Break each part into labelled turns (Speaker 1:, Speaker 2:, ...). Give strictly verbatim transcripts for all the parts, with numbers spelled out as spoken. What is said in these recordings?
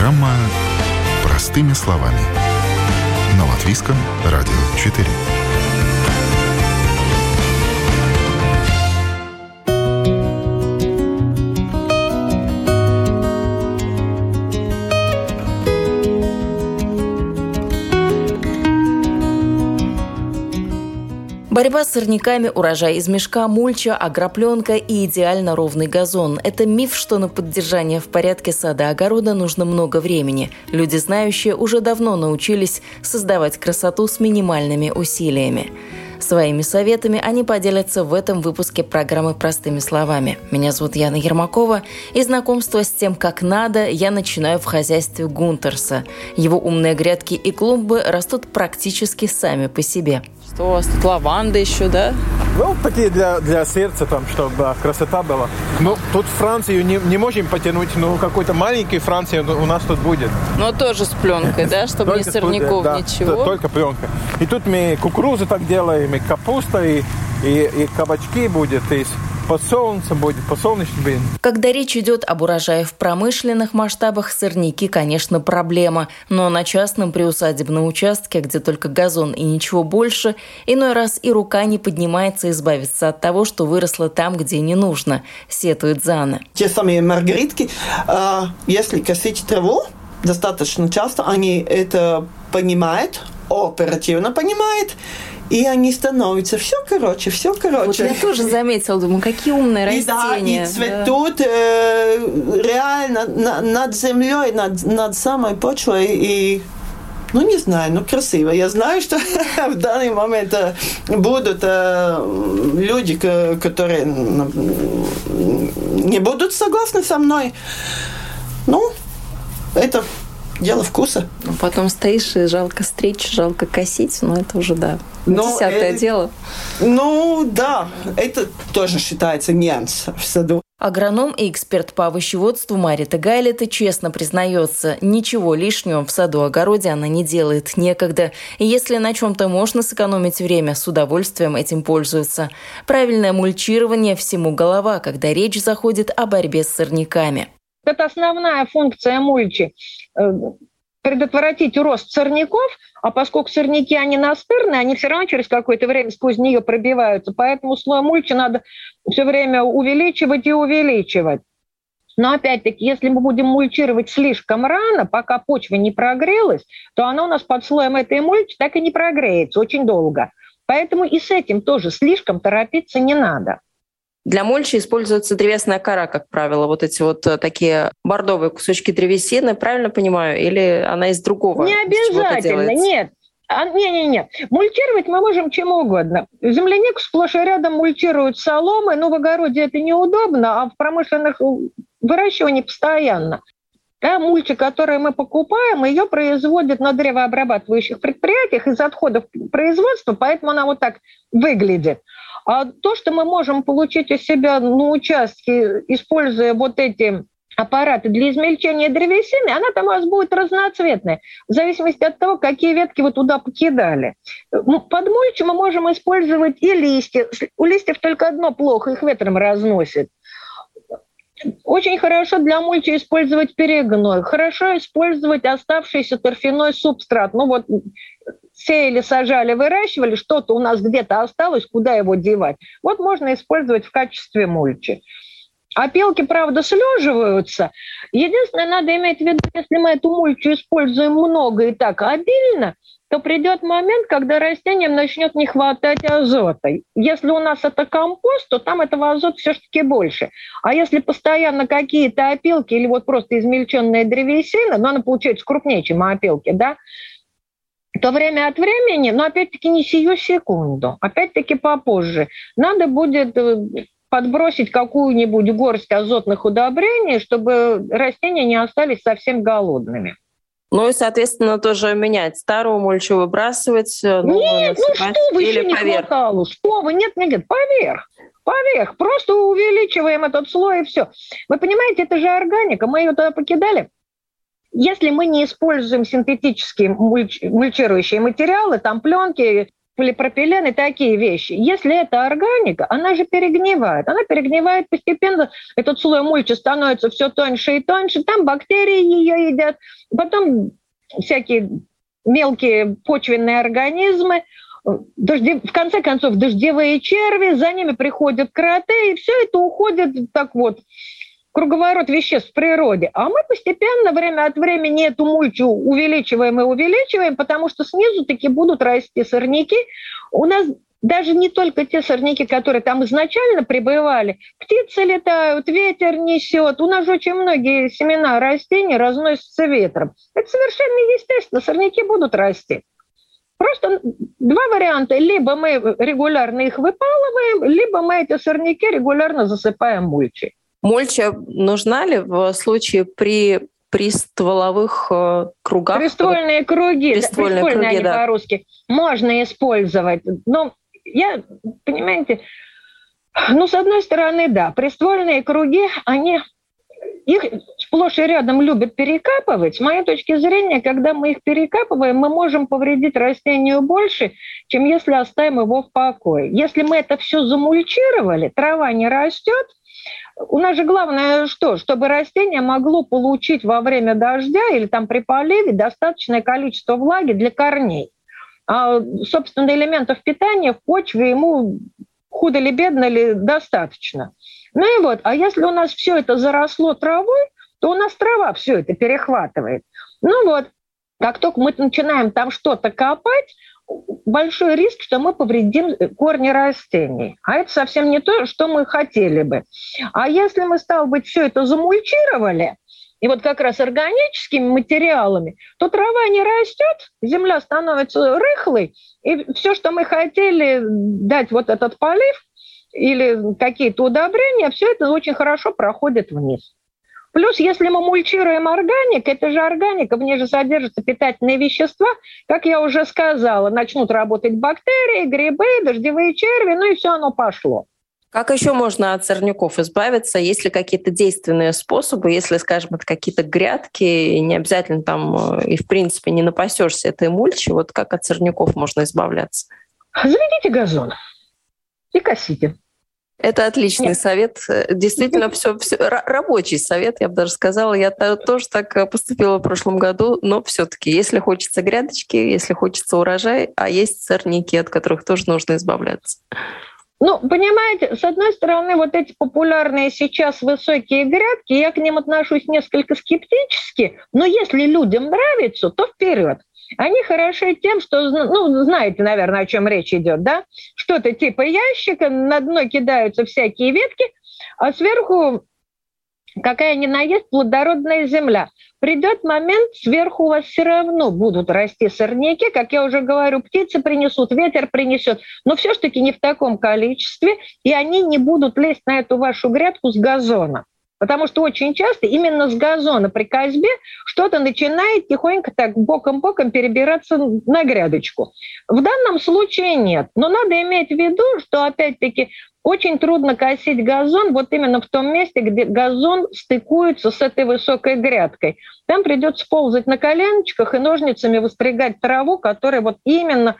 Speaker 1: Программа «Простыми словами» на Латвийском радио четыре.
Speaker 2: Борьба с сорняками, урожай из мешка, мульча, агропленка и идеально ровный газон – это миф, что на поддержание в порядке сада-огорода нужно много времени. Люди, знающие, уже давно научились создавать красоту с минимальными усилиями. Своими советами они поделятся в этом выпуске программы «Простыми словами». Меня зовут Яна Ермакова, и знакомство с тем, как надо, я начинаю в хозяйстве Гунтерса. Его умные грядки и клумбы растут практически сами по себе. Что у вас тут, лаванда еще, да?
Speaker 3: Ну, такие для, для сердца, там, чтобы красота была. Ну, тут Францию не, не можем потянуть, но какой-то маленький Франции у нас тут будет.
Speaker 2: Но тоже с пленкой, да? Чтобы ни сорняков, ничего?
Speaker 3: Только пленка. И тут мы кукурузу так делаем, и капуста, и, и, и кабачки будет, и подсолнце будет, подсолнечный будет.
Speaker 2: Когда речь идет об урожае в промышленных масштабах, сорняки, конечно, проблема. Но на частном приусадебном участке, где только газон и ничего больше, иной раз и рука не поднимается избавиться от того, что выросло там, где не нужно, сетует Зана.
Speaker 4: Те самые маргаритки, если косить траву, достаточно часто они это понимают, оперативно понимают, и они становятся все короче, все короче.
Speaker 2: Вот я тоже заметила, думаю, какие умные растения.
Speaker 4: И да, и цветут да. э, реально на, над землей, над, над самой почвой, и, ну, не знаю, ну, красиво. Я знаю, что в данный момент э, будут э, люди, которые не будут согласны со мной. Ну, это дело вкуса.
Speaker 2: Ну, потом стоишь, и жалко стричь, жалко косить, но это уже, да, десятое э, дело.
Speaker 4: Ну, да, это тоже считается нюанс в саду.
Speaker 2: Агроном и эксперт по овощеводству Марита Гайлета честно признается, ничего лишнего в саду-огороде она не делает, некогда. И если на чем-то можно сэкономить время, с удовольствием этим пользуется. Правильное мульчирование всему голова, когда речь заходит о борьбе с сорняками.
Speaker 5: Это основная функция мульчи – предотвратить рост сорняков, а поскольку сорняки, они настырные, они все равно через какое-то время сквозь нее пробиваются, поэтому слой мульчи надо все время увеличивать и увеличивать. Но опять-таки, если мы будем мульчировать слишком рано, пока почва не прогрелась, то она у нас под слоем этой мульчи так и не прогреется очень долго. Поэтому и с этим тоже слишком торопиться не надо.
Speaker 2: Для мульчи используется древесная кора, как правило, вот эти вот такие бордовые кусочки древесины, правильно понимаю? Или она из другого?
Speaker 5: Не обязательно, нет. Не-не-не. Мульчировать мы можем чем угодно. Землянику сплошь и рядом мульчируют соломой, но в огороде это неудобно, а в промышленных выращивании постоянно. Та мульча, которую мы покупаем, ее производят на древообрабатывающих предприятиях из отходов производства, поэтому она вот так выглядит. А то, что мы можем получить у себя на участке, используя вот эти аппараты для измельчения древесины, она там у вас будет разноцветная, в зависимости от того, какие ветки вы туда покидали. Под мульчу мы можем использовать и листья. У листьев только одно плохо, их ветром разносит. Очень хорошо для мульчи использовать перегной. Хорошо использовать оставшийся торфяной субстрат. Ну вот сеяли, сажали, выращивали, что-то у нас где-то осталось, куда его девать. Вот можно использовать в качестве мульчи. Опилки, правда, слеживаются. Единственное, надо иметь в виду, если мы эту мульчу используем много и так обильно, то придет момент, когда растениям начнет не хватать азота. Если у нас это компост, то там этого азота все-таки больше. А если постоянно какие-то опилки или вот просто измельченная древесина, но она получается крупнее, чем опилки, да, то время от времени, но опять-таки не сию секунду, опять-таки попозже, надо будет подбросить какую-нибудь горсть азотных удобрений, чтобы растения не остались совсем голодными.
Speaker 2: Ну и, соответственно, тоже менять старую мульчу, выбрасывать.
Speaker 5: Нет, ну что вы, еще не хватало, что вы, нет, нет, поверх, поверх, просто увеличиваем этот слой и все. Вы понимаете, это же органика, мы ее туда покидали. Если мы не используем синтетические мульч, мульчирующие материалы, там пленки, полипропилен и такие вещи. Если это органика, она же перегнивает. Она перегнивает постепенно. Этот слой мульчи становится все тоньше и тоньше. Там бактерии ее едят. Потом всякие мелкие почвенные организмы. Дожди... В конце концов, дождевые черви. За ними приходят кроты. И все это уходит так вот круговорот веществ в природе. А мы постепенно, время от времени, эту мульчу увеличиваем и увеличиваем, потому что снизу таки будут расти сорняки. У нас даже не только те сорняки, которые там изначально пребывали. Птицы летают, ветер несет. У нас же очень многие семена растений разносятся ветром. Это совершенно естественно. Сорняки будут расти. Просто два варианта. Либо мы регулярно их выпалываем, либо мы эти сорняки регулярно засыпаем мульчей.
Speaker 2: Мульча нужна ли в случае при пристволовых э, кругах?
Speaker 5: Приствольные круги,
Speaker 2: приствольные,
Speaker 5: приствольные
Speaker 2: круги,
Speaker 5: они
Speaker 2: да.
Speaker 5: по-русски, можно использовать. Но я, понимаете, ну, с одной стороны, да, приствольные круги, они, их сплошь и рядом любят перекапывать. С моей точки зрения, когда мы их перекапываем, мы можем повредить растению больше, чем если оставим его в покое. Если мы это все замульчировали, трава не растет. У нас же главное что? Чтобы растение могло получить во время дождя или там при поливе достаточное количество влаги для корней. А, собственно, элементов питания в почве ему худо ли бедно ли достаточно. Ну и вот, а если у нас все это заросло травой, то у нас трава все это перехватывает. Ну вот, как только мы начинаем там что-то копать, большой риск, что мы повредим корни растений. А это совсем не то, что мы хотели бы. А если мы, стало быть, все это замульчировали, и вот как раз органическими материалами, то трава не растет, земля становится рыхлой, и все, что мы хотели дать вот этот полив или какие-то удобрения, все это очень хорошо проходит вниз. Плюс, если мы мульчируем органик, это же органика, в ней же содержатся питательные вещества, как я уже сказала, начнут работать бактерии, грибы, дождевые черви, ну и все оно пошло.
Speaker 2: Как еще можно от сорняков избавиться? Есть ли какие-то действенные способы, если, скажем, это какие-то грядки, и не обязательно там и в принципе не напасешься этой мульчи, вот как от сорняков можно избавляться?
Speaker 5: Заведите газон и косите.
Speaker 2: Это отличный
Speaker 5: Нет.
Speaker 2: совет. Действительно, все, все рабочий совет, я бы даже сказала. Я тоже так поступила в прошлом году, но все-таки, если хочется грядочки, если хочется урожай, а есть сорняки, от которых тоже нужно избавляться.
Speaker 5: Ну, понимаете, с одной стороны, вот эти популярные сейчас высокие грядки, я к ним отношусь несколько скептически, но если людям нравится, то вперед. Они хороши тем, что, ну, знаете, наверное, о чем речь идет, да? Что-то типа ящика, на дно кидаются всякие ветки, а сверху какая ни на есть плодородная земля. Придет момент, сверху у вас все равно будут расти сорняки, как я уже говорю, птицы принесут, ветер принесет, но все-таки не в таком количестве, и они не будут лезть на эту вашу грядку с газона. Потому что очень часто именно с газона при косьбе что-то начинает тихонько так боком-боком перебираться на грядочку. В данном случае нет. Но надо иметь в виду, что опять-таки очень трудно косить газон вот именно в том месте, где газон стыкуется с этой высокой грядкой. Там придется ползать на коленочках и ножницами выстригать траву, которая вот именно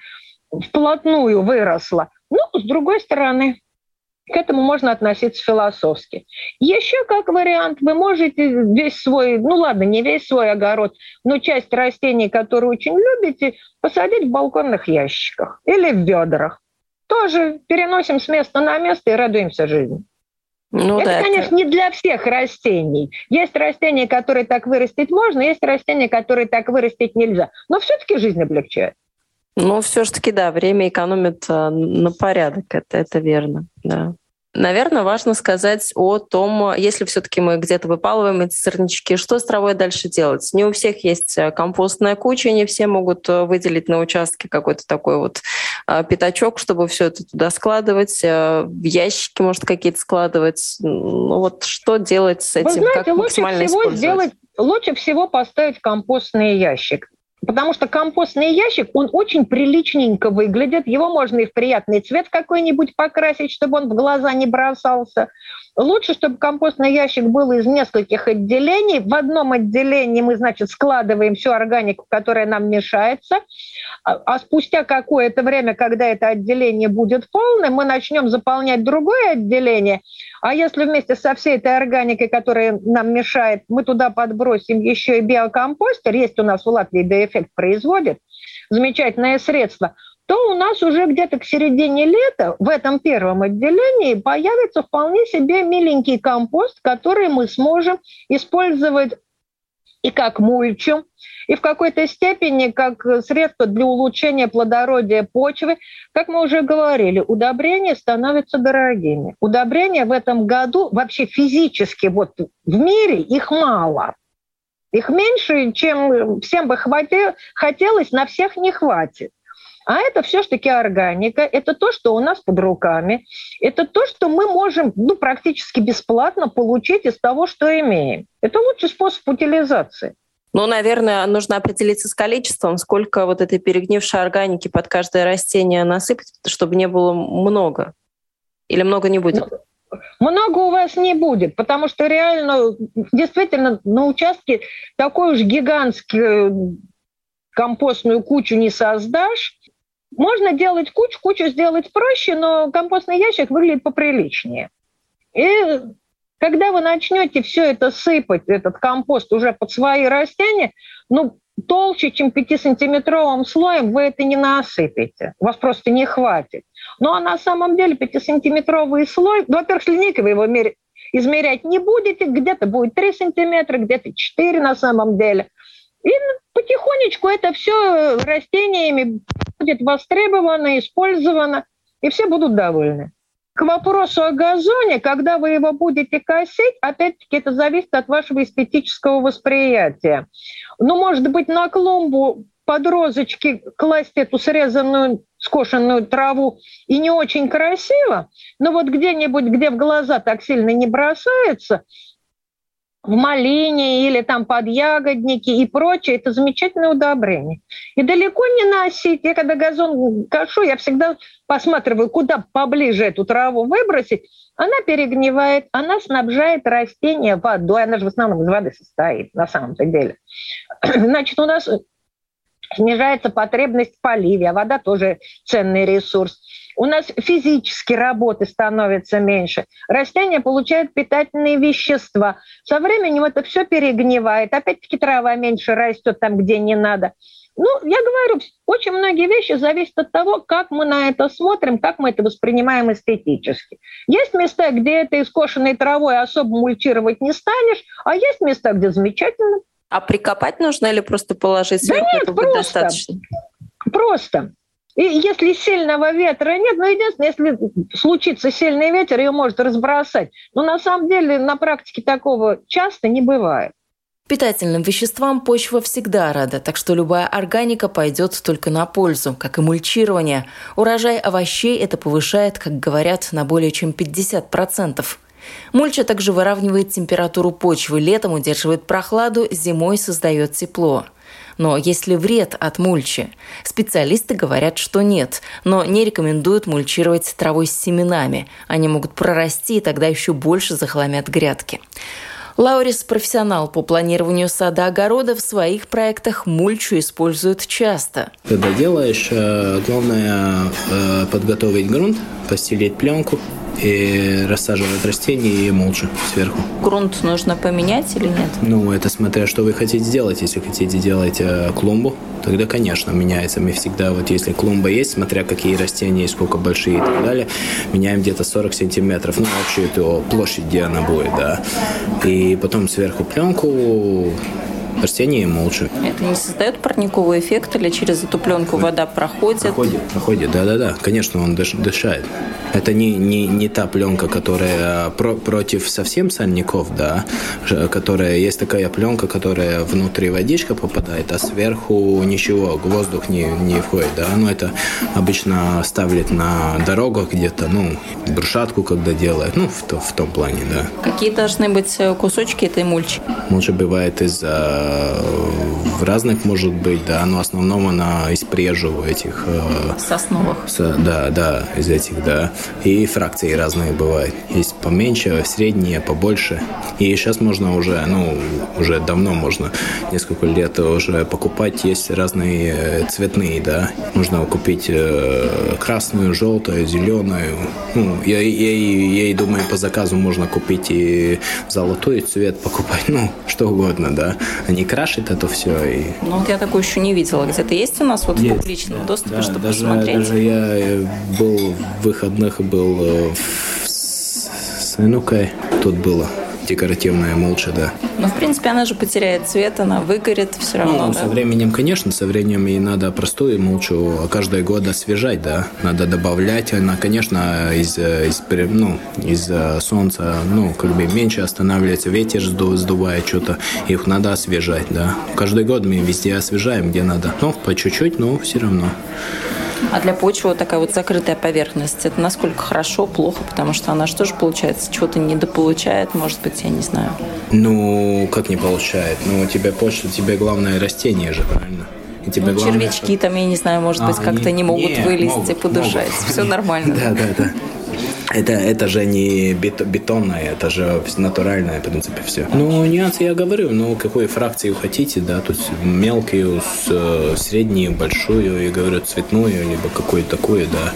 Speaker 5: вплотную выросла. Ну, с другой стороны, к этому можно относиться философски. Еще как вариант, вы можете весь свой, ну ладно, не весь свой огород, но часть растений, которые очень любите, посадить в балконных ящиках или в ведрах. Тоже переносим с места на место и радуемся жизни. Ну, это, да, конечно, это... не для всех растений. Есть растения, которые так вырастить можно, есть растения, которые так вырастить нельзя. Но все-таки жизнь облегчает.
Speaker 2: Ну, все-таки, да, время экономит на порядок, это, это верно, да. Наверное, важно сказать о том, если все-таки мы где-то выпалываем эти сорнячки, что с травой дальше делать. Не у всех есть компостная куча, не все могут выделить на участке какой-то такой вот пятачок, чтобы все это туда складывать, в ящики, может, какие-то складывать. Ну вот что делать с этим?
Speaker 5: Вы знаете,
Speaker 2: как максимально
Speaker 5: лучше всего
Speaker 2: использовать?
Speaker 5: Сделать, лучше всего поставить компостный ящик. Потому что компостный ящик, он очень приличненько выглядит. Его можно и в приятный цвет какой-нибудь покрасить, чтобы он в глаза не бросался. Лучше, чтобы компостный ящик был из нескольких отделений. В одном отделении мы, значит, складываем всю органику, которая нам мешается. А спустя какое-то время, когда это отделение будет полным, мы начнем заполнять другое отделение. А если вместе со всей этой органикой, которая нам мешает, мы туда подбросим еще и биокомпостер, есть у нас в Латвии биоэффект производит, замечательное средство, то у нас уже где-то к середине лета в этом первом отделении появится вполне себе миленький компост, который мы сможем использовать и как мульчу, и в какой-то степени как средство для улучшения плодородия почвы. Как мы уже говорили, удобрения становятся дорогими. Удобрения в этом году вообще физически вот в мире их мало. Их меньше, чем всем бы хватило, хотелось, на всех не хватит. А это все-таки органика, это то, что у нас под руками, это то, что мы можем ну, практически бесплатно получить из того, что имеем. Это лучший способ утилизации.
Speaker 6: Ну, наверное, нужно определиться с количеством, сколько вот этой перегнившей органики под каждое растение насыпать, чтобы не было много. Или много не будет?
Speaker 5: Много у вас не будет, потому что реально, действительно, на участке такой уж гигантскую компостную кучу не создашь. Можно делать кучу, кучу сделать проще, но компостный ящик выглядит поприличнее. И когда вы начнете все это сыпать, этот компост уже под свои растения, ну, толще, чем пятисантиметровым слоем вы это не насыпете. У вас просто не хватит. Ну, а на самом деле пятисантиметровый слой, ну, во-первых, с линейкой вы его меря... измерять не будете, где-то будет три сантиметра, где-то четыре на самом деле. И потихонечку это все растениями будет востребовано, использовано, и все будут довольны. К вопросу о газоне, когда вы его будете косить, опять-таки это зависит от вашего эстетического восприятия. Ну, может быть, на клумбу под розочки класть эту срезанную, скошенную траву и не очень красиво, но вот где-нибудь, где в глаза так сильно не бросается, в малине или там под ягодники и прочее, это замечательное удобрение. И далеко не носить. Я когда газон кошу, я всегда посматриваю, куда поближе эту траву выбросить. Она перегнивает, она снабжает растения водой. Она же в основном из воды состоит, на самом-то деле. Значит, у нас снижается потребность в поливе, а вода тоже ценный ресурс. У нас физически работы становится меньше. Растения получают питательные вещества. Со временем это все перегнивает. Опять-таки трава меньше растет там, где не надо. Ну, я говорю, очень многие вещи зависят от того, как мы на это смотрим, как мы это воспринимаем эстетически. Есть места, где этой скошенной травой особо мульчировать не станешь, а есть места, где замечательно.
Speaker 6: А прикопать нужно или просто положить сверху?
Speaker 5: Да нет, просто.
Speaker 6: Достаточно?
Speaker 5: Просто. И если сильного ветра нет, ну, единственное, если случится сильный ветер, ее может разбросать. Но на самом деле на практике такого часто не бывает.
Speaker 2: Питательным веществам почва всегда рада, так что любая органика пойдет только на пользу, как и мульчирование. Урожай овощей это повышает, как говорят, на более чем пятьдесят процентов. Мульча также выравнивает температуру почвы, летом удерживает прохладу, зимой создает тепло. Но есть ли вред от мульчи? Специалисты говорят, что нет, но не рекомендуют мульчировать травой с семенами. Они могут прорасти и тогда еще больше захламят грядки. Лаурис – профессионал по планированию сада-огорода, в своих проектах мульчу используют часто.
Speaker 7: Когда делаешь, главное подготовить грунт, постелить пленку и рассаживать растения и мульчу сверху.
Speaker 6: Грунт нужно поменять или нет?
Speaker 7: Ну, это смотря, что вы хотите сделать. Если хотите делать клумбу, тогда, конечно, меняется. Мы всегда, вот если клумба есть, смотря какие растения и сколько большие и так далее, меняем где-то сорок сантиметров. Ну, общую эту площадь, где она будет, да. И потом сверху пленку, растения и мульчу.
Speaker 6: Это не создает парниковый эффект или через эту пленку вода проходит?
Speaker 7: Проходит, проходит, да-да-да. Конечно, он дышает. Это не, не, не та пленка, которая про, против совсем сорняков, да, которая есть такая пленка, которая внутри водичка попадает, а сверху ничего, воздух не, не входит, да. Но это обычно ставят на дорогах где-то, ну, брусчатку, когда делают, ну, в, то, в том плане, да.
Speaker 6: Какие должны быть кусочки этой мульчи?
Speaker 7: Мульча бывает из в разных, может быть, да, но в основном она из прежу этих...
Speaker 6: Сосновых.
Speaker 7: С, да, да, из этих, да. И фракции разные бывают. Есть поменьше, средние, побольше. И сейчас можно уже, ну, уже давно можно, несколько лет уже покупать, есть разные цветные, да. Можно купить красную, желтую, зеленую. Ну, я, я, я и думаю, по заказу можно купить и золотой цвет покупать, ну, что угодно, да. Они крашат это все. И...
Speaker 6: Ну, вот я такую еще не видела. Где-то есть у нас вот
Speaker 7: есть,
Speaker 6: в публичном
Speaker 7: да,
Speaker 6: доступе,
Speaker 7: да,
Speaker 6: чтобы
Speaker 7: даже,
Speaker 6: посмотреть?
Speaker 7: Даже я был в выходных, был в Свинукой, тут было декоративная мульча, да.
Speaker 6: Ну, в принципе, она же потеряет цвет, она выгорит все равно,
Speaker 7: ну,
Speaker 6: да?
Speaker 7: Со временем, конечно, со временем и надо простую мульчу каждый год освежать, да. Надо добавлять, она, конечно, из, из, ну, из солнца, ну, как бы меньше останавливается, ветер сдувает что-то, их надо освежать, да. Каждый год мы везде освежаем, где надо. Ну, по чуть-чуть, но все равно.
Speaker 6: А для почвы такая вот закрытая поверхность, это насколько хорошо, плохо? Потому что она же тоже, получается, чего-то недополучает, может быть, я не знаю.
Speaker 7: Ну, как не получает? Ну, у тебя почва, тебе главное растение же, правильно? И тебе
Speaker 6: ну,
Speaker 7: главное,
Speaker 6: червячки
Speaker 7: что...
Speaker 6: там, я не знаю, может
Speaker 7: а,
Speaker 6: быть, как-то
Speaker 7: они...
Speaker 6: не могут
Speaker 7: не,
Speaker 6: вылезти,
Speaker 7: могут,
Speaker 6: подышать.
Speaker 7: Могут.
Speaker 6: Все нормально.
Speaker 7: Да, да, да. Это, это же не бетонное, это же натуральное, в принципе, все. Ну, нюансы я говорю, ну, какую фракцию хотите, да, тут мелкую, среднюю, большую, я говорю, цветную, либо какую-то такую, да.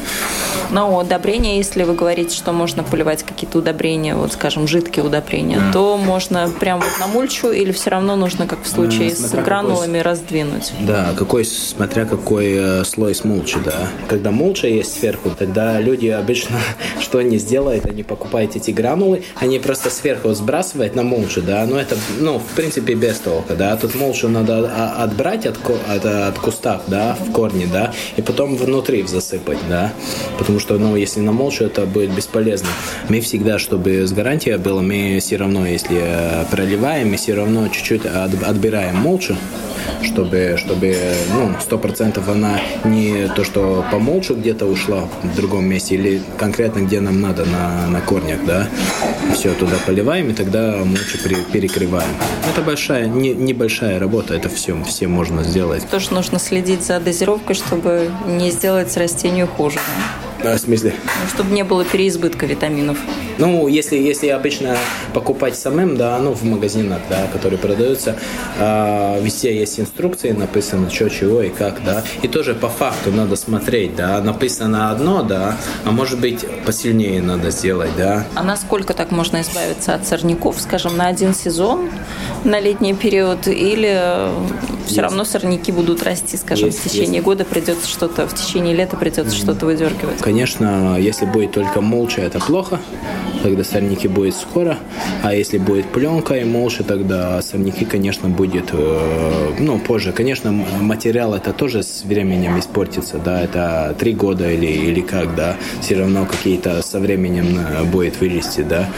Speaker 6: Но удобрения, если вы говорите, что можно поливать какие-то удобрения, вот, скажем, жидкие удобрения, mm. то можно прямо вот на мульчу или все равно нужно, как в случае а, с гранулами, какой... раздвинуть?
Speaker 7: Да, какой, смотря какой слой с мульчи, да. Когда мульча есть сверху, тогда люди обычно что они сделают, они покупают эти гранулы, они просто сверху сбрасывают на мульчу, да, но это, ну, в принципе, без толка, да, тут мульчу надо отбрать от, от, от кустов, да, в корне, да, и потом внутри засыпать, да, потому что, ну, если на мульчу, это будет бесполезно. Мы всегда, чтобы с гарантией было, мы все равно, если проливаем, мы все равно чуть-чуть от, отбираем мульчу, чтобы, чтобы, ну, сто процентов она не то, что по мульчу где-то ушла в другом месте, или конкретно где нам надо на, на корнях, да, все туда поливаем, и тогда мульчу перекрываем. Это большая, не, небольшая работа, это все, все можно сделать.
Speaker 6: Тоже нужно следить за дозировкой, чтобы не сделать растению хуже.
Speaker 7: А, в смысле?
Speaker 6: Ну, чтобы не было переизбытка витаминов.
Speaker 7: Ну, если, если обычно покупать самим, да, ну, в магазинах, да, которые продаются, э, везде есть инструкции, написано, что, чего и как, да, и тоже по факту надо смотреть, да, написано одно, да, а может быть посильнее надо сделать, да.
Speaker 6: А насколько так можно избавиться от сорняков, скажем, на один сезон, на летний период, или все есть. Равно сорняки будут расти, скажем, есть, в течение есть. года придется что-то, в течение лета придется mm-hmm. что-то выдергивать?
Speaker 7: Конечно, если будет только мульча, это плохо, тогда сорняки будет скоро, а если будет пленка и мульча, тогда сорняки, конечно, будет, э, ну, позже. Конечно, материал это тоже с временем испортится, да, это три года или, или как, да, все равно какие-то со временем будет вылезти, да.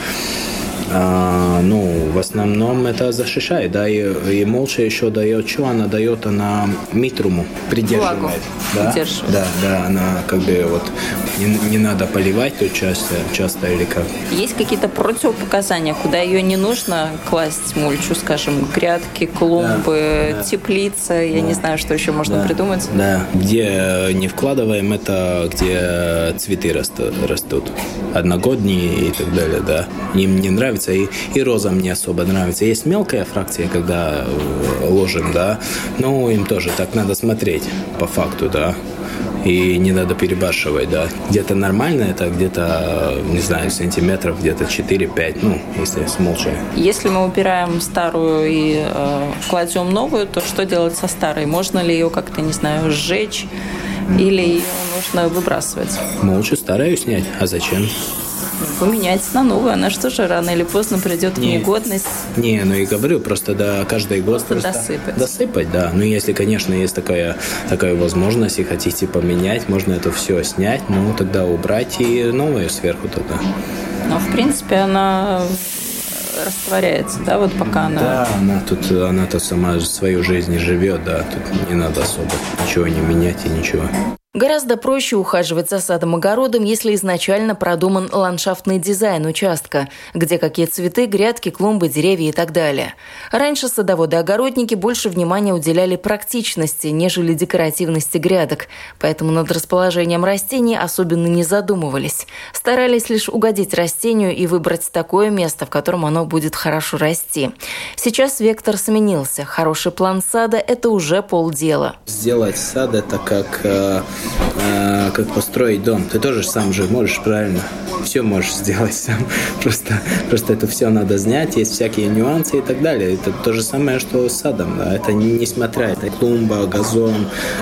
Speaker 7: А, ну, в основном это защищает, да, и, и мульча еще дает, что она дает, она митруму придерживает.
Speaker 6: Влагу
Speaker 7: да?
Speaker 6: Придерживает.
Speaker 7: Да, да, она как бы вот не, не надо поливать тут часто, часто или как.
Speaker 6: Есть какие-то противопоказания, куда ее не нужно класть мульчу, скажем, грядки, клумбы, да, теплицы, да. я да. не знаю, что еще можно
Speaker 7: да.
Speaker 6: придумать.
Speaker 7: Да, где не вкладываем, это где цветы растут, растут. одногодние и так далее, да. Им не нравится. И, и розам не особо нравится. Есть мелкая фракция, когда ложим, да, но им тоже так надо смотреть по факту, да, и не надо перебарщивать, да. Где-то нормально это, где-то, не знаю, сантиметров, где-то четыре-пять, ну, если с мульчей.
Speaker 6: Если мы убираем старую и э, кладем новую, то что делать со старой? Можно ли ее как-то, не знаю, сжечь или ее нужно выбрасывать?
Speaker 7: Мульчу старую снять, а зачем?
Speaker 6: Поменять на новую, она что же рано или поздно придет в негодность.
Speaker 7: Не, ну и говорю, просто да, каждый год
Speaker 6: просто, просто досыпать.
Speaker 7: Досыпать, да. Ну, если, конечно, есть такая, такая возможность, и хотите поменять, можно это все снять, ну, тогда убрать и новое сверху тогда.
Speaker 6: Но, в принципе, она растворяется, да, вот пока она...
Speaker 7: Да, она тут, она-то сама свою жизнь живет, да, тут не надо особо ничего не менять и ничего.
Speaker 2: Гораздо проще ухаживать за садом-огородом, если изначально продуман ландшафтный дизайн участка, где какие цветы, грядки, клумбы, деревья и так далее. Раньше садоводы-огородники больше внимания уделяли практичности, нежели декоративности грядок, поэтому над расположением растений особенно не задумывались. Старались лишь угодить растению и выбрать такое место, в котором оно будет хорошо расти. Сейчас вектор сменился. Хороший план сада – это уже полдела.
Speaker 7: Сделать сад – это как... А, как построить дом. Ты тоже сам же можешь, правильно? Все можешь сделать сам. Просто, просто это все надо знать, есть всякие нюансы и так далее. Это то же самое, что с садом. Да? Это несмотря, это клумба, газон,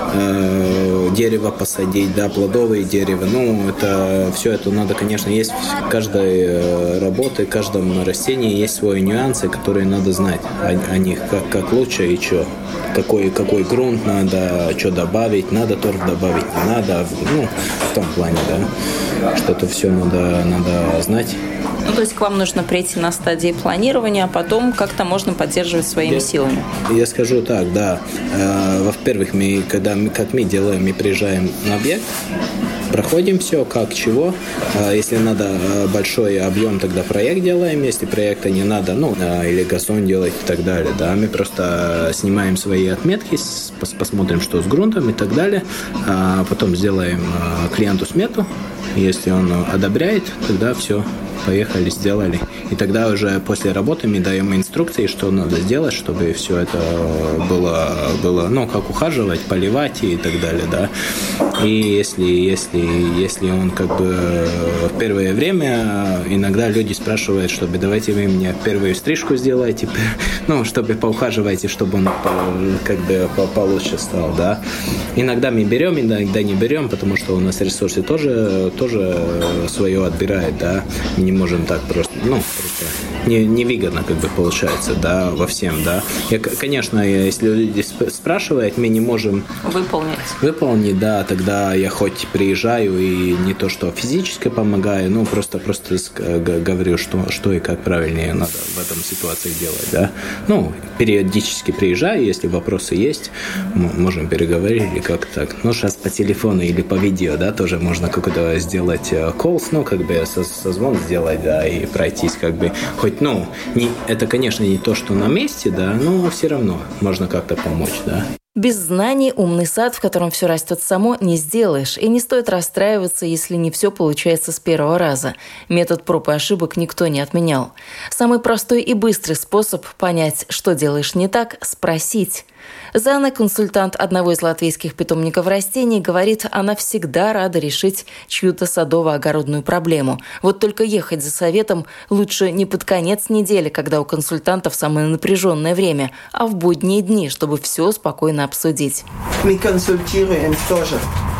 Speaker 7: э, дерево посадить, да, плодовые дерева. Ну, это все это надо, конечно, есть в каждой работе, в каждом растении есть свои нюансы, которые надо знать о, о них, как, как лучше и что. Какой, какой грунт надо, что добавить, надо торф добавить, не надо, ну, в том плане, да, что-то все надо, надо знать.
Speaker 6: Ну, то есть к вам нужно прийти на стадии планирования, а потом как-то можно поддерживать своими я, силами.
Speaker 7: Я скажу так, да. Э, во-первых, мы, когда мы, как мы делаем, мы приезжаем на объект, проходим все, как, чего. Если надо большой объем, тогда проект делаем. Если проекта не надо, ну, или газон делать и так далее, да, мы просто снимаем свои отметки, посмотрим, что с грунтом и так далее. Потом сделаем клиенту смету. Если он одобряет, тогда все, поехали, сделали. И тогда уже после работы мы даем инструкции, что надо сделать, чтобы все это было, было, ну, как ухаживать, поливать и так далее, да. И если, если, если он как бы в первое время, иногда люди спрашивают, чтобы давайте вы мне первую стрижку сделайте, ну, чтобы поухаживайте, чтобы он как бы получше стал, да. Иногда мы берем, иногда не берем, потому что у нас ресурсы тоже, тоже свое отбирают, да. Мы не можем так просто, ну, просто не, невыгодно как бы получается, да, во всем, да. Я, конечно, если люди спрашивают, мы не можем
Speaker 6: выполнить.
Speaker 7: Выполнить, да, тогда я хоть приезжаю и не то, что физически помогаю, ну, просто, просто говорю, что, что и как правильнее надо в этом ситуации делать, да. Ну, периодически приезжаю, если вопросы есть, можем переговорить или как так. Ну, сейчас по телефону или по видео, да, тоже можно какой-то сделать колл, ну, как бы созвон сделать, да, и пройтись, как бы, хоть, ну, не, это, конечно, не то, что на месте, да, но все равно можно как-то помочь, да.
Speaker 2: Без знаний умный сад, в котором все растет само, не сделаешь. И не стоит расстраиваться, если не все получается с первого раза. Метод проб и ошибок никто не отменял. Самый простой и быстрый способ понять, что делаешь не так – спросить. Зана, консультант одного из латвийских питомников растений, говорит, она всегда рада решить чью-то садово-огородную проблему. Вот только ехать за советом лучше не под конец недели, когда у консультантов самое напряженное время, а в будние дни, чтобы все спокойно обсудить.
Speaker 4: Мы консультируем тоже.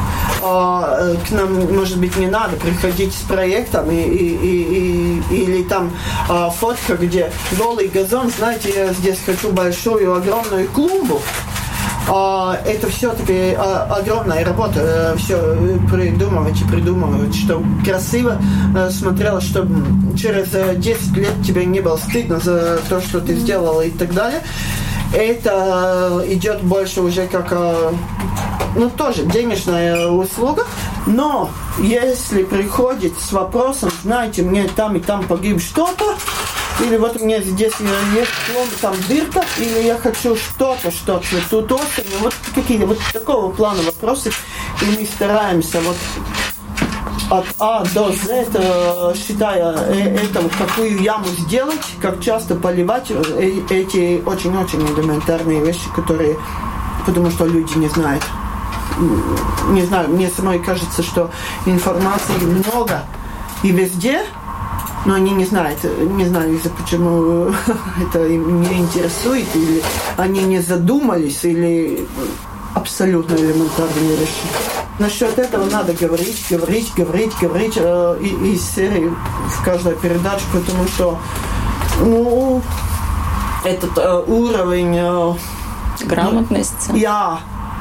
Speaker 4: К нам, может быть, не надо приходить с проектом и, и, и, и, или там а, фотка, где голый газон, знаете, я здесь хочу большую, огромную клумбу. А, это все-таки а, огромная работа, а, все придумывать и придумывать, чтобы красиво а, смотрелось, чтобы через десять лет тебе не было стыдно за то, что ты сделала и так далее. Это идет больше уже как, ну, тоже денежная услуга, но если приходит с вопросом, знаете, мне там и там погиб что-то, или вот у меня здесь есть клон, там дырка, или я хочу что-то, что-то, тут осень, вот какие-то вот такого плана вопросы, и мы стараемся вот от А до З, считая это, какую яму сделать, как часто поливать, эти очень-очень элементарные вещи, которые, потому что люди не знают. Не знаю, мне самой кажется, что информации много и везде, но они не знают, не знаю, из-за почему это им не интересует, или они не задумались, или абсолютно элементарные вещи. Насчет этого надо говорить, говорить, говорить, говорить э, из серии в каждой передаче, потому что ну, этот э, уровень... Э,
Speaker 6: грамотности.
Speaker 4: Я.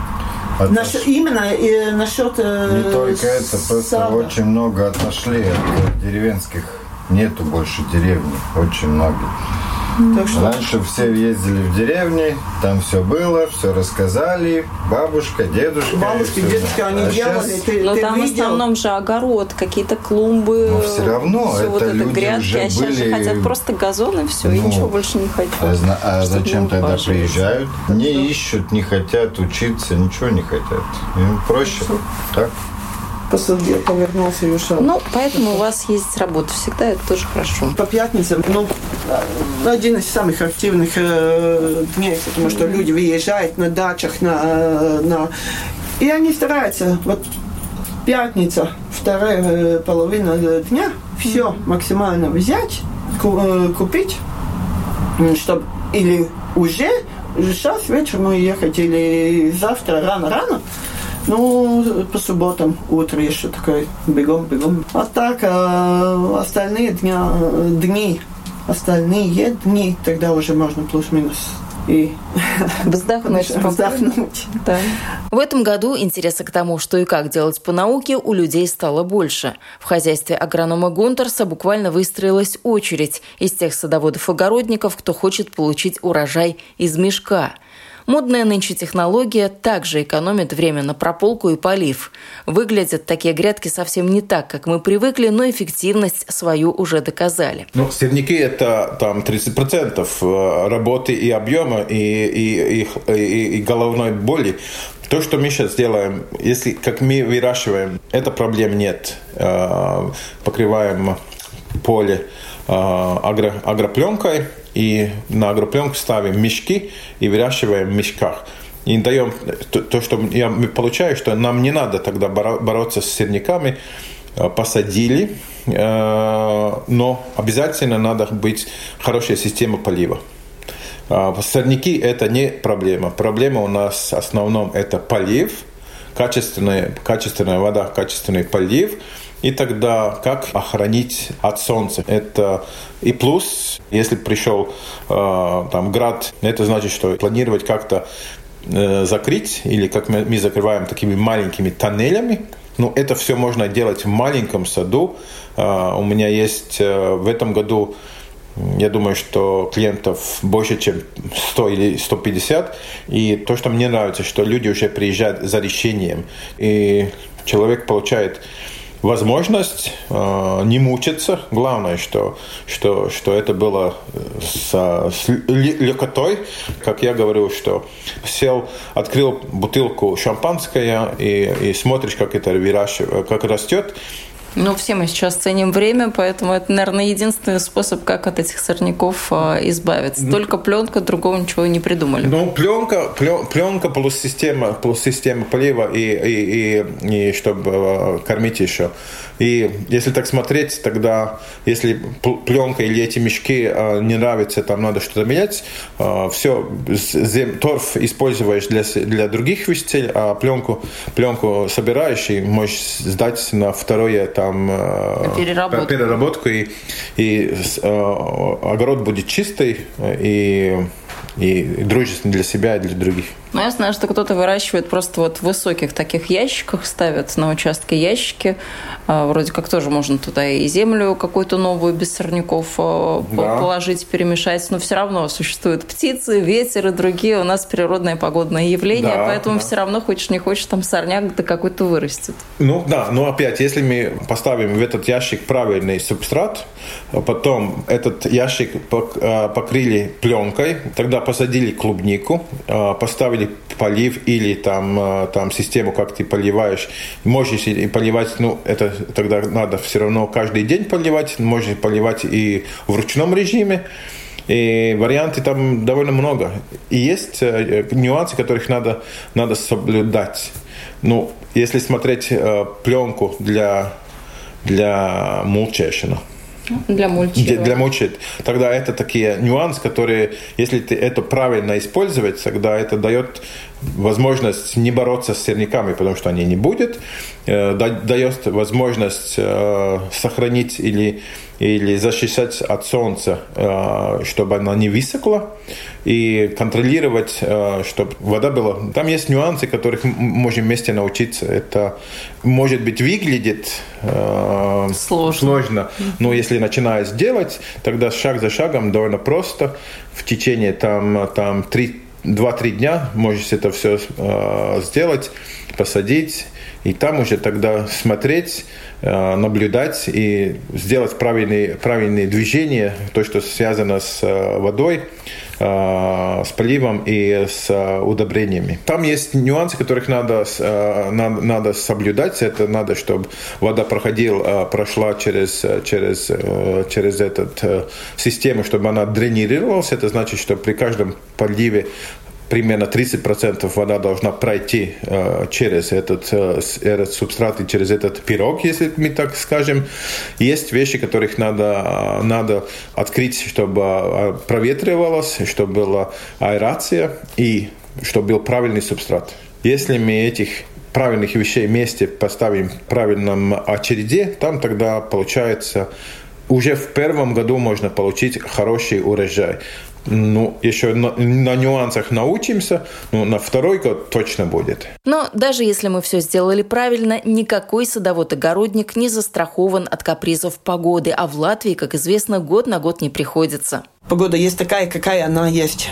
Speaker 4: Наш, именно э, насчет... Э,
Speaker 8: не только это, просто сада. Очень много отошли от деревенских. Нету больше деревни, очень много. Так что... Раньше все ездили в деревни, там все было, все рассказали, бабушка, дедушка.
Speaker 4: Бабушка, дедушка, они а делали, сейчас... ты,
Speaker 6: Но
Speaker 4: ты
Speaker 6: там
Speaker 4: видел?
Speaker 6: в основном же огород, какие-то клумбы.
Speaker 8: Но все равно
Speaker 6: все
Speaker 8: это
Speaker 6: вот
Speaker 8: люди
Speaker 6: грядки,
Speaker 8: уже
Speaker 6: а сейчас
Speaker 8: были...
Speaker 6: же хотят просто газон и все,
Speaker 8: ну,
Speaker 6: и ничего больше не хотят.
Speaker 8: А, а зачем тогда ухаживать? Приезжают? Не ищут, не хотят учиться, ничего не хотят. Им проще, так?
Speaker 4: Посадил, повернулся и ушел.
Speaker 6: Ну, поэтому у вас есть работа всегда, это тоже хорошо.
Speaker 4: По пятницам, ну, один из самых активных э, дней, потому что люди выезжают на дачах, на, на... и они стараются, вот пятница, вторая половина дня, все максимально взять, купить, чтобы или уже сейчас вечером ехать, или завтра рано-рано. Ну, по субботам утро еще такой бегом-бегом. А так, а остальные дня, дни, остальные дни, тогда уже можно плюс-минус и
Speaker 6: вздохнуть.
Speaker 4: вздохнуть.
Speaker 2: Да. В этом году интереса к тому, что и как делать по науке, у людей стало больше. В хозяйстве агронома Гунтерса буквально выстроилась очередь из тех садоводов-огородников, кто хочет получить урожай из мешка. Модная нынче технология также экономит время на прополку и полив. Выглядят такие грядки совсем не так, как мы привыкли, но эффективность свою уже доказали.
Speaker 9: Ну, сорняки – это там тридцать процентов работы и объема, и, и, и, и, и головной боли. То, что мы сейчас делаем, если как мы выращиваем, это проблем нет. Покрываем поле агро, агропленкой, и на агропленку ставим мешки и выращиваем в мешках. И даем то, то что я получаю, что нам не надо тогда бороться с сорняками. Посадили, но обязательно надо быть хорошая система полива. Сорняки – это не проблема. Проблема у нас в основном это полив, качественная, качественная вода, качественный полив. И тогда как охранить от солнца? Это и плюс, если пришел э, там град, это значит, что планировать как-то э, закрыть, или как мы, мы закрываем такими маленькими тоннелями. Ну, это все можно делать в маленьком саду. Э, у меня есть э, в этом году, я думаю, что клиентов больше, чем сто или сто пятьдесят. И то, что мне нравится, что люди уже приезжают за решением. И человек получает возможность э, не мучиться. Главное, что, что, что это было с, с легкотой. Как я говорю, что сел, открыл бутылку шампанское и, и смотришь, как это выращивает, как растет.
Speaker 6: Ну, все мы сейчас ценим время, поэтому это, наверное, единственный способ, как от этих сорняков избавиться. Только пленка, другого ничего не придумали.
Speaker 9: Ну, пленка, пленка плюс система, плюс система полива и, и, и, и чтобы кормить еще. И если так смотреть, тогда, если пленка или эти мешки не нравятся, там надо что-то менять, все, торф используешь для, для других вещей, а пленку, пленку собираешь и можешь сдать на второе там
Speaker 6: переработку,
Speaker 9: переработку и, и э, огород будет чистый и, и дружественный для себя и для других.
Speaker 6: Ну, я знаю, что кто-то выращивает просто вот в высоких таких ящиках, ставят на участке ящики. Вроде как тоже можно туда и землю какую-то новую без сорняков да. положить, перемешать. Но все равно существуют птицы, ветер и другие у нас природные погодные явления. Да, поэтому да. все равно, хочешь не хочешь, там сорняк да какой-то вырастет.
Speaker 9: Ну да, но опять, если мы поставим в этот ящик правильный субстрат, потом этот ящик покрыли пленкой, тогда посадили клубнику, поставили полив или там, там систему, как ты поливаешь. Можешь и поливать, ну, это тогда надо все равно каждый день поливать, можешь поливать и в ручном режиме. И варианты там довольно много. И есть нюансы, которых надо, надо соблюдать. Ну, если смотреть э, пленку для, для мульчирования,
Speaker 6: Для мульчи.
Speaker 9: Для мульчи. Тогда это такие нюансы, которые, если ты это правильно использовать, тогда это дает возможность не бороться с сорняками, потому что они не будут, дает возможность сохранить или, или защищать от солнца, чтобы она не высохла, и контролировать, чтобы вода была. Там есть нюансы, которых мы можем вместе научиться. Это, может быть, выглядит сложно, сложно, но если начинаешь делать, тогда шаг за шагом довольно просто. В течение там, там три два-три дня можешь это все э, сделать, посадить, и там уже тогда смотреть, э, наблюдать и сделать правильные, правильные движения, то, что связано с э, водой, э, с поливом и с э, удобрениями. Там есть нюансы, которых надо, э, надо, надо соблюдать. Это надо, чтобы вода проходила, э, прошла через, через, э, через эту э, систему, чтобы она дренировалась. Это значит, что при каждом поливе примерно тридцать процентов вода должна пройти э, через этот, э, этот субстрат и через этот пирог, если мы так скажем. Есть вещи, которых надо, надо открыть, чтобы проветривалось, чтобы была аэрация и чтобы был правильный субстрат. Если мы этих правильных вещей вместе поставим в правильном очереди, там тогда получается уже в первом году можно получить хороший урожай. Ну, еще на, на нюансах научимся, но на второй год точно будет.
Speaker 2: Но даже если мы все сделали правильно, никакой садовод-огородник не застрахован от капризов погоды, а в Латвии, как известно, год на год не приходится.
Speaker 4: Погода есть такая, какая она есть.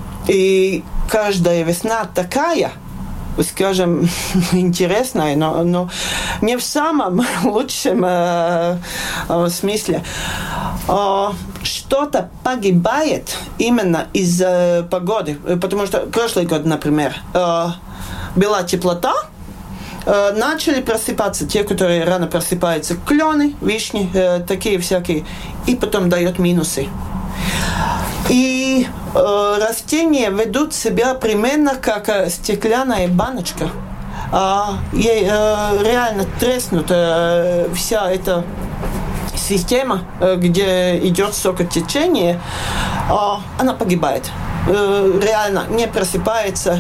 Speaker 4: И каждая весна такая, скажем, интересная, но, но не в самом лучшем э, э, смысле. Э, что-то погибает именно из-за погоды. Потому что прошлый год, например, э, была теплота, э, начали просыпаться те, которые рано просыпаются, клены, вишни, э, такие всякие, и потом дает минусы. И э, растения ведут себя примерно как э, стеклянная баночка. А, ей э, реально треснута э, вся эта система, э, где идет сокотечение, э, она погибает. Э, реально не просыпается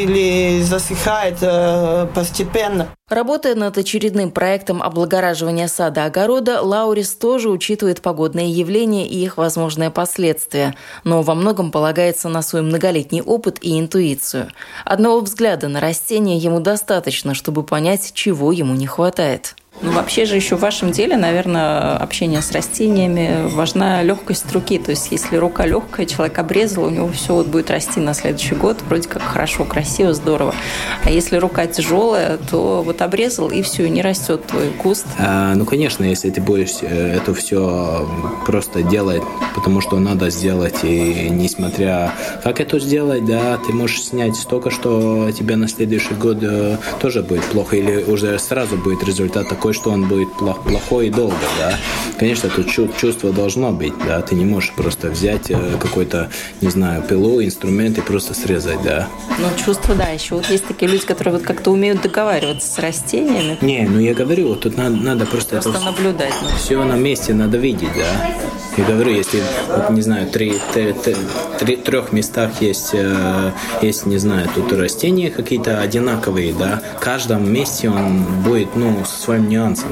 Speaker 4: или засыхает э, постепенно.
Speaker 2: Работая над очередным проектом облагораживания сада-огорода, Лаурис тоже учитывает погодные явления и их возможные последствия, но во многом полагается на свой многолетний опыт и интуицию. Одного взгляда на растение ему достаточно, чтобы понять, чего ему не хватает.
Speaker 6: Ну, вообще же еще в вашем деле, наверное, общение с растениями, важна легкость руки. То есть, если рука легкая, человек обрезал, у него все вот будет расти на следующий год, вроде как хорошо, красиво, здорово. А если рука тяжелая, то вот обрезал, и все, не растет твой куст.
Speaker 7: А, ну, конечно, если ты будешь это все просто делать, потому что надо сделать, и несмотря как это сделать, да, ты можешь снять столько, что тебе на следующий год тоже будет плохо, или уже сразу будет результат такой, что он будет плохой и долго, да. Конечно, тут чувство должно быть, да. Ты не можешь просто взять какой-то, не знаю, пилу, инструмент и просто срезать, да.
Speaker 6: Ну, чувство, да. Еще вот есть такие люди, которые вот как-то умеют договариваться с растениями.
Speaker 7: Не, ну я говорю, вот тут надо, надо просто...
Speaker 6: Просто
Speaker 7: это
Speaker 6: наблюдать. Ну.
Speaker 7: Все на месте надо видеть, да. Я говорю, если, вот, не знаю, три, три, три, трех местах есть, есть, не знаю, тут растения какие-то одинаковые, да. В каждом месте он будет, ну, со своим нюансом.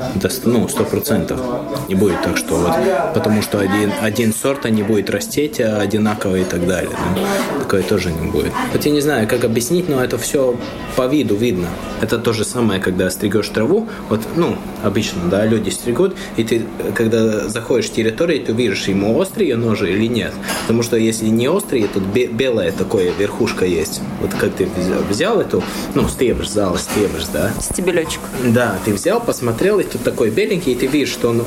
Speaker 7: Ну, сто процентов. Не будет так, что вот, потому что один, один сорт не будет расти одинаково и так далее. Да. Такое тоже не будет. Вот я не знаю, как объяснить, но это все по виду видно. Это то же самое, когда стригешь траву. Вот, ну, обычно, да, люди стригут, и ты, когда заходишь в территорию, ты видишь, ему острые ножи или нет. Потому что если не острые, тут белая такое верхушка есть. Вот как ты взял эту, ну, стебрь, зал, стебрь, да?
Speaker 6: Стебелечек.
Speaker 7: Да, ты взял, посмотрел, и тут такой беленький, и ты видишь, что он,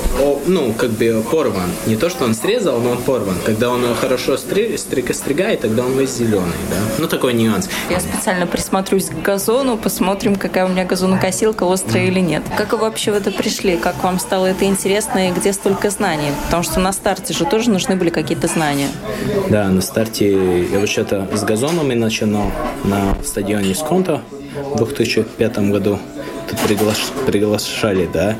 Speaker 7: ну, как бы порван. Не то, что он срезал, но он порван. Когда он хорошо стри- стриг- стригает, тогда он весь зеленый, да? Ну, такой нюанс.
Speaker 6: Я специально присмотрюсь к газону, посмотрим, какая у меня газонокосилка, острая или нет. Как вы вообще в это пришли? Как вам стало это интересно, и где столько знаний? Потому что на старте же тоже нужны были какие-то знания.
Speaker 7: Да, на старте я вообще-то с газонами начинал на стадионе Сконто в две тысячи пятом году. Тут приглаш... приглашали, да,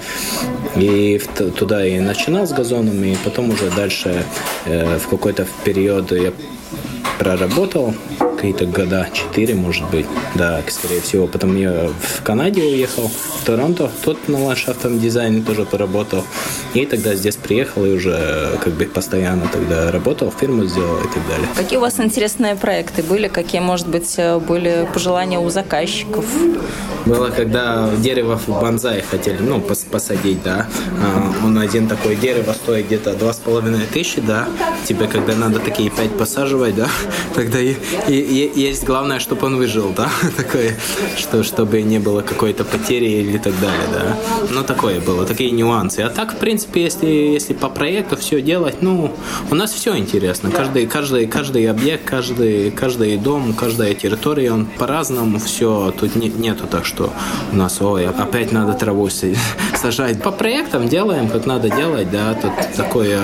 Speaker 7: и в... туда и начинал с газонами, и потом уже дальше э, в какой-то период я проработал какие-то года, четыре, может быть, да, скорее всего. Потом я в Канаде уехал, в Торонто, тут на ландшафтном дизайне тоже поработал. И тогда здесь приехал и уже как бы постоянно тогда работал, фирму сделал и так далее.
Speaker 6: Какие у вас интересные проекты были? Какие, может быть, были пожелания у заказчиков?
Speaker 7: Было, когда дерево в бонсай хотели, ну, посадить, да. Он один такое дерево стоит где-то два с половиной тысячи, да. Тебе, когда надо такие пять посаживать, да, тогда и, и, и есть главное, чтобы он выжил, да, такое, что, чтобы не было какой-то потери или так далее, да. Ну, такое было, такие нюансы. А так, в принципе, если, если по проекту все делать, ну, у нас все интересно. Каждый, каждый, каждый объект, каждый, каждый дом, каждая территория, он по-разному все. Тут не, нету так, что у нас, ой, опять надо траву сажать. По проектам делаем, как надо делать, да. Тут такое,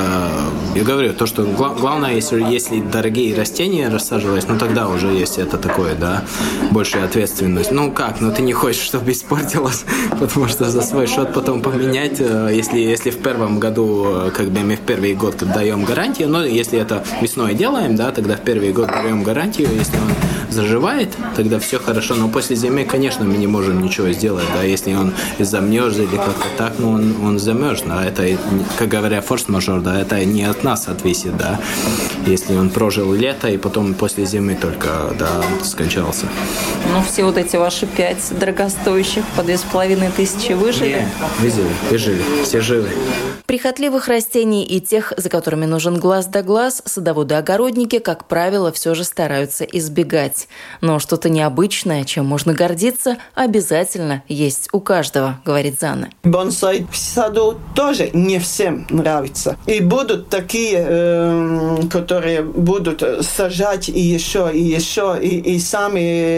Speaker 7: я говорю, то, что главное, если, если дорогие растения рассаживать, ну, тогда уже есть это такое, да, большая ответственность. Ну, как, ну, ты не хочешь, чтобы испортилось, потому что за свой счет потом поменять, если, если в первом году, как бы мы в первый год даем гарантию, но если это весной делаем, да, тогда в первый год даем гарантию, если он заживает, тогда все хорошо, но после зимы, конечно, мы не можем ничего сделать, да, если он замерз или как-то так, ну, он, он замерз, да, это, как говорят, форс-мажор, да, это не от нас зависит, да, если он прожил лето и потом после зимы только, да, скончался.
Speaker 6: Ну, все вот эти ваши пять дорогостоящих по две с половиной тысячи выжили?
Speaker 7: Выжили, выжили, все живы.
Speaker 2: Прихотливых растений и тех, за которыми нужен глаз да глаз, садоводы-огородники, как правило, все же стараются избегать. Но что-то необычное, чем можно гордиться, обязательно есть у каждого, говорит Зана.
Speaker 4: Бонсай в саду тоже не всем нравится. И будут такие, э, которые будут сажать и еще, и еще, и, и сами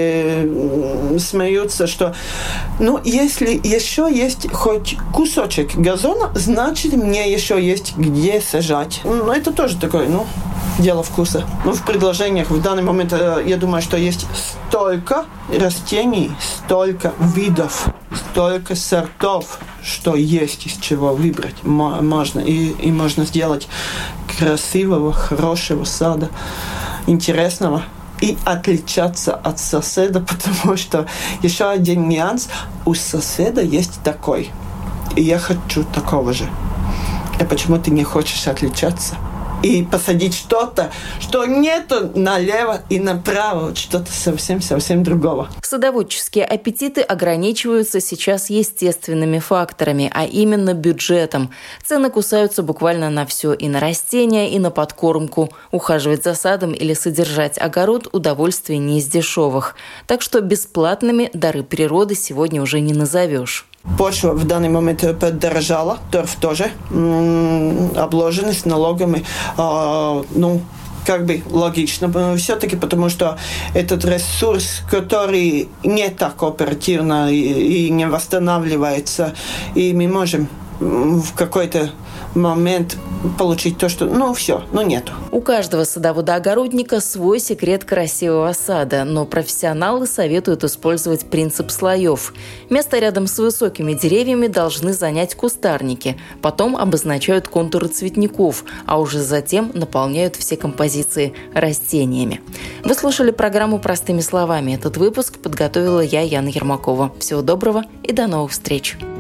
Speaker 4: э, смеются, что ну, если еще есть хоть кусочек газона, значит, мне еще есть где сажать. Ну, это тоже такое, ну, дело вкуса. Ну, в предложениях в данный момент, я думаю, что есть столько растений, столько видов, столько сортов, что есть из чего выбрать. Можно. И, и можно сделать красивого, хорошего сада, интересного. И отличаться от соседа, потому что еще один нюанс. У соседа есть такой. И я хочу такого же. А почему ты не хочешь отличаться? И посадить что-то, что нету налево и направо, вот что-то совсем-совсем другого.
Speaker 2: Садоводческие аппетиты ограничиваются сейчас естественными факторами, а именно бюджетом. Цены кусаются буквально на все, и на растения, и на подкормку. Ухаживать за садом или содержать огород – удовольствие не из дешевых. Так что бесплатными дары природы сегодня уже не назовешь.
Speaker 4: Почва в данный момент подорожала, торф тоже, м-м, обложены с налогами, а, ну, как бы логично все-таки, потому что этот ресурс, который не так оперативно и, и не восстанавливается, и мы можем в какой-то момент получить то, что, ну, все, ну, нету.
Speaker 2: У каждого садовода-огородника свой секрет красивого сада, но профессионалы советуют использовать принцип слоев. Место рядом с высокими деревьями должны занять кустарники, потом обозначают контуры цветников, а уже затем наполняют все композиции растениями. Вы слушали программу «Простыми словами». Этот выпуск подготовила я, Яна Ермакова. Всего доброго и до новых встреч!